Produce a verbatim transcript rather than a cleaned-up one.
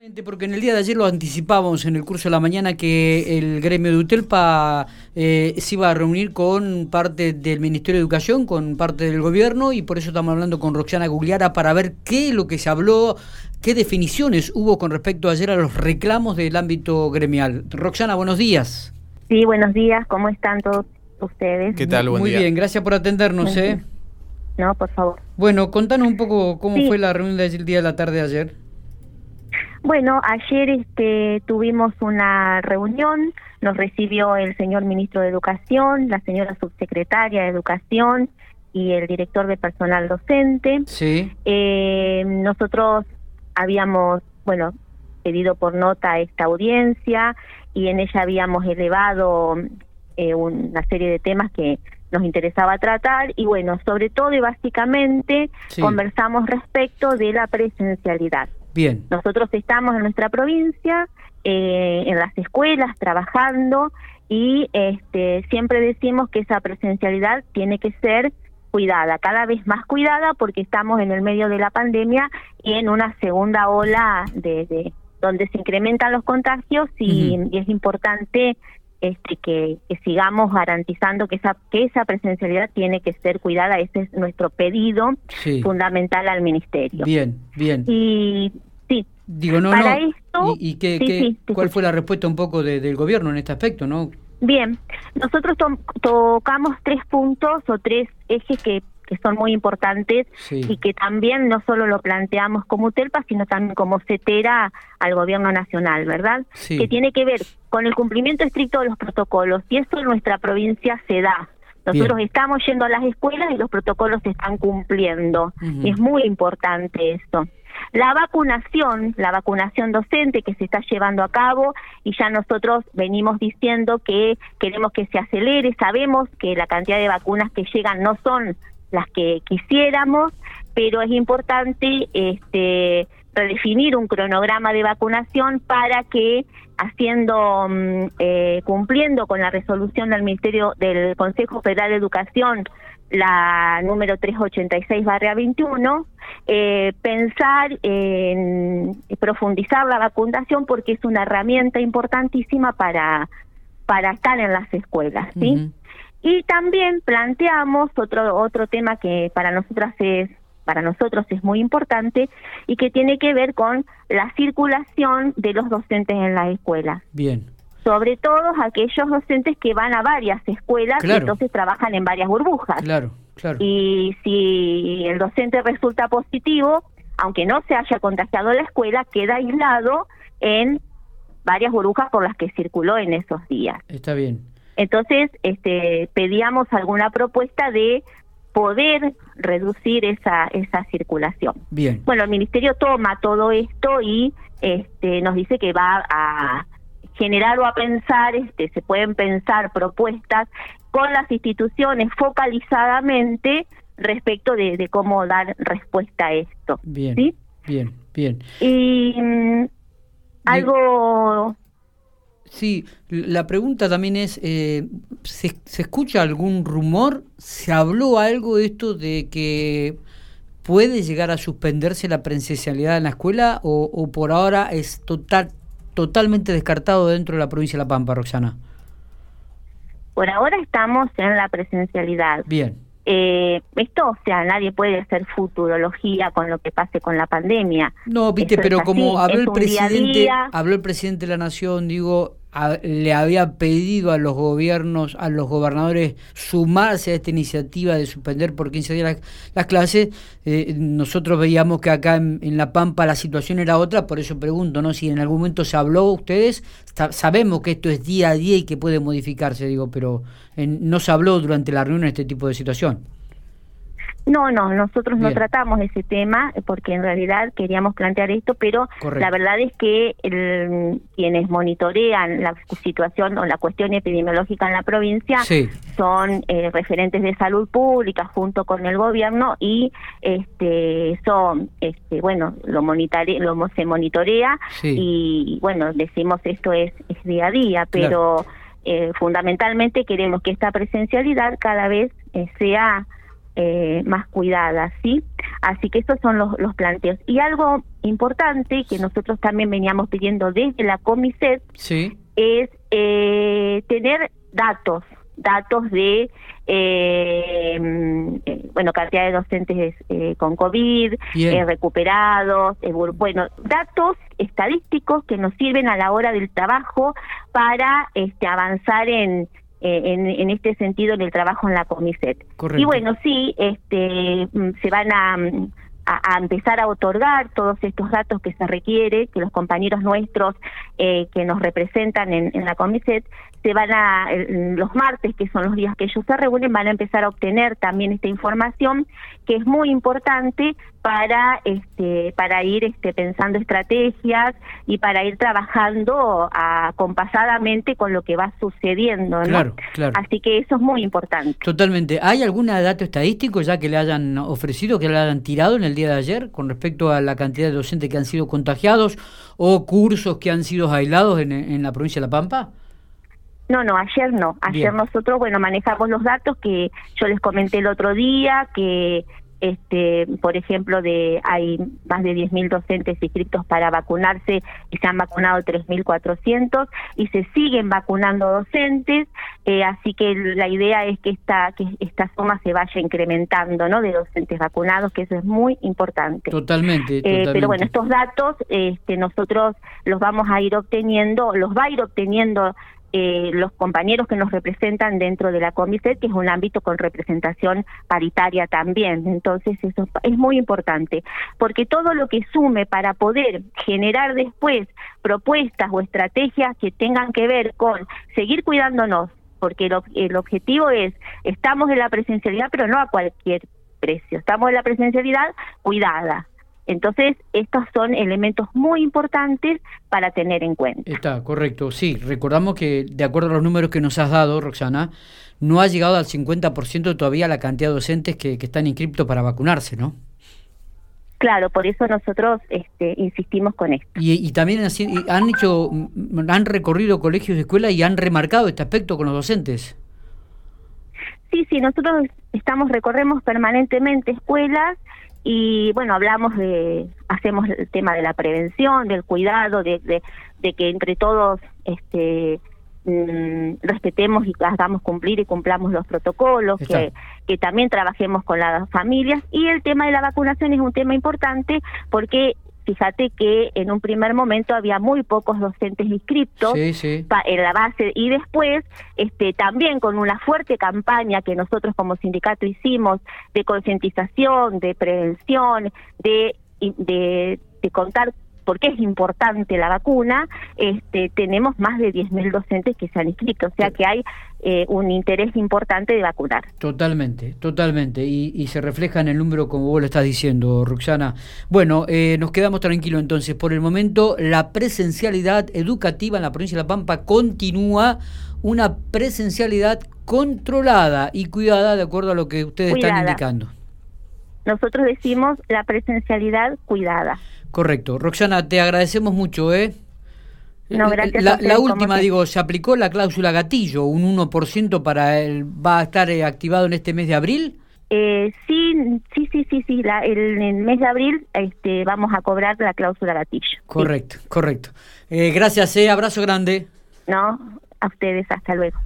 Porque en el día de ayer lo anticipábamos en el curso de la mañana que el gremio de UTELPA eh, se iba a reunir con parte del Ministerio de Educación, con parte del gobierno, y por eso estamos hablando con Roxana Gugliara para ver qué es lo que se habló, qué definiciones hubo con respecto ayer a los reclamos del ámbito gremial. Roxana, buenos días. Sí, buenos días, ¿cómo están todos ustedes? ¿Qué tal? Buen Muy día. bien, gracias por atendernos. ¿eh? No, por favor. Bueno, contanos un poco cómo Sí. fue la reunión del día de la tarde de ayer. Bueno, ayer este, tuvimos una reunión, nos recibió el señor ministro de Educación, la señora subsecretaria de Educación y el director de personal docente. Sí. Eh, nosotros habíamos, bueno, pedido por nota esta audiencia y en ella habíamos elevado eh, una serie de temas que nos interesaba tratar y bueno, sobre todo y básicamente Sí. conversamos respecto de la presencialidad. Bien. Nosotros estamos en nuestra provincia, eh, en las escuelas, trabajando y este, siempre decimos que esa presencialidad tiene que ser cuidada, cada vez más cuidada porque estamos en el medio de la pandemia y en una segunda ola de, de donde se incrementan los contagios y, uh-huh. y es importante este, que, que sigamos garantizando que esa, que esa presencialidad tiene que ser cuidada. Ese es nuestro pedido sí. fundamental al Ministerio. Bien, bien. Y sí, Digo, no, para no. esto... ¿Y, y qué, sí, qué, sí, cuál sí. fue la respuesta un poco de, del gobierno en este aspecto, no? Bien, nosotros to tocamos tres puntos o tres ejes que, que son muy importantes sí. y que también no solo lo planteamos como UTELPA, sino también como CETERA al gobierno nacional, ¿verdad? Sí. Que tiene que ver con el cumplimiento estricto de los protocolos, y esto en nuestra provincia se da. Nosotros Bien. estamos yendo a las escuelas y los protocolos se están cumpliendo, uh-huh. y es muy importante eso. La vacunación, la vacunación docente que se está llevando a cabo y ya nosotros venimos diciendo que queremos que se acelere, sabemos que la cantidad de vacunas que llegan no son las que quisiéramos, pero es importante este, redefinir un cronograma de vacunación para que haciendo, eh, cumpliendo con la resolución del Ministerio del Consejo Federal de Educación, la número trescientos ochenta y seis barra veintiuno, eh, pensar en profundizar la vacunación porque es una herramienta importantísima para, para estar en las escuelas, ¿sí? Uh-huh. Y también planteamos otro otro tema que para nosotras es para nosotros es muy importante y que tiene que ver con la circulación de los docentes en las escuelas. Bien. Sobre todo aquellos docentes que van a varias escuelas claro. y entonces trabajan en varias burbujas. Claro, claro. Y si el docente resulta positivo, aunque no se haya contagiado en la escuela, queda aislado en varias burbujas por las que circuló en esos días. Está bien. Entonces, este, pedíamos alguna propuesta de poder reducir esa esa circulación. Bien. Bueno, el Ministerio toma todo esto y este, nos dice que va a generar o a pensar, este, se pueden pensar propuestas con las instituciones focalizadamente respecto de, de cómo dar respuesta a esto. Bien, ¿sí? bien, bien. Y mm, algo... Sí, la pregunta también es, eh, ¿se, ¿se escucha algún rumor? ¿Se habló algo de esto de que puede llegar a suspenderse la presencialidad en la escuela o, o por ahora es total, totalmente descartado dentro de la provincia de La Pampa, Roxana? Por ahora estamos en la presencialidad. Bien. Eh, esto, o sea, nadie puede hacer futurología con lo que pase con la pandemia. No, viste, Eso pero es como así, habló es el un presidente, día a día. habló el presidente de la Nación, digo, a, le había pedido a los gobiernos, a los gobernadores sumarse a esta iniciativa de suspender por quince días las, las clases. Eh, nosotros veíamos que acá en, en La Pampa la situación era otra, por eso pregunto, ¿no? Si en algún momento se habló ustedes, sabemos que esto es día a día y que puede modificarse, digo, pero en, no se habló durante la reunión este tipo de situación. No, no, nosotros Bien. no tratamos ese tema porque en realidad queríamos plantear esto, pero Correcto. La verdad es que el, quienes monitorean la situación o la cuestión epidemiológica en la provincia sí. son eh, referentes de salud pública junto con el gobierno y este eso, este, bueno, lo, monitore, lo se monitorea sí. y bueno, decimos esto es, es día a día, pero claro. eh, fundamentalmente queremos que esta presencialidad cada vez eh, sea... Eh, más cuidada, ¿sí? Así que estos son los, los planteos. Y algo importante que nosotros también veníamos pidiendo desde la Comiset, sí. es eh, tener datos, datos de, eh, bueno, cantidad de docentes eh, con COVID, eh, recuperados, eh, bueno, datos estadísticos que nos sirven a la hora del trabajo para este, avanzar en, en, en este sentido en el trabajo en la Comiset. Correcto. Y bueno, sí, este, se van a... A, a empezar a otorgar todos estos datos que se requiere, que los compañeros nuestros eh, que nos representan en, en la Comiset, se van a, el, los martes, que son los días que ellos se reúnen, van a empezar a obtener también esta información, que es muy importante para este para ir este pensando estrategias y para ir trabajando acompasadamente con lo que va sucediendo, ¿no? Claro, claro. Así que eso es muy importante. Totalmente. ¿Hay algún dato estadístico ya que le hayan ofrecido, que le hayan tirado en el día de ayer con respecto a la cantidad de docentes que han sido contagiados o cursos que han sido aislados en, en la provincia de La Pampa? No, no, ayer no. Ayer Bien. nosotros, bueno, manejamos los datos que yo les comenté el otro día, que este, por ejemplo, de hay más de diez mil docentes inscritos para vacunarse y se han vacunado tres mil cuatrocientos y se siguen vacunando docentes, eh, así que la idea es que esta que esta suma se vaya incrementando, ¿no? De docentes vacunados, que eso es muy importante. Totalmente, eh, totalmente. Pero bueno, estos datos este, nosotros los vamos a ir obteniendo, los va a ir obteniendo Eh, los compañeros que nos representan dentro de la Comiset, que es un ámbito con representación paritaria también. Entonces eso es muy importante, porque todo lo que sume para poder generar después propuestas o estrategias que tengan que ver con seguir cuidándonos, porque el, el objetivo es, estamos en la presencialidad, pero no a cualquier precio, estamos en la presencialidad cuidada. Entonces, estos son elementos muy importantes para tener en cuenta. Está, correcto. Sí, recordamos que, de acuerdo a los números que nos has dado, Roxana, no ha llegado al cincuenta por ciento todavía la cantidad de docentes que, que están inscriptos para vacunarse, ¿no? Claro, por eso nosotros este, insistimos con esto. Y, y también así, han hecho, han recorrido colegios y escuelas y han remarcado este aspecto con los docentes. Sí, sí, nosotros estamos, recorremos permanentemente escuelas. Y bueno, hablamos de, hacemos el tema de la prevención, del cuidado, de, de, de que entre todos este mmm, respetemos y hagamos cumplir y cumplamos los protocolos, que, que también trabajemos con las familias. Y el tema de la vacunación es un tema importante porque fíjate que en un primer momento había muy pocos docentes inscriptos sí, sí. en la base, y después este también con una fuerte campaña que nosotros como sindicato hicimos de concientización, de prevención, de, de, de contar por qué es importante la vacuna, este tenemos más de diez mil docentes que se han inscrito, o sea que hay eh, un interés importante de vacunar. Totalmente, totalmente, y, y se refleja en el número como vos lo estás diciendo, Roxana. Bueno, eh, nos quedamos tranquilos entonces. Por el momento, la presencialidad educativa en la provincia de La Pampa continúa, una presencialidad controlada y cuidada de acuerdo a lo que ustedes cuidada. Están indicando. Nosotros decimos la presencialidad cuidada. Correcto. Roxana, te agradecemos mucho, ¿eh? No, gracias la, a ustedes, la última, te... digo, se aplicó la cláusula gatillo, un uno por ciento para el, va a estar eh, activado en este mes de abril. Eh, sí, sí, sí, sí, sí. La, el, en el mes de abril este, vamos a cobrar la cláusula gatillo. Correcto, sí. correcto. Eh, gracias, eh, abrazo grande. No, a ustedes, hasta luego.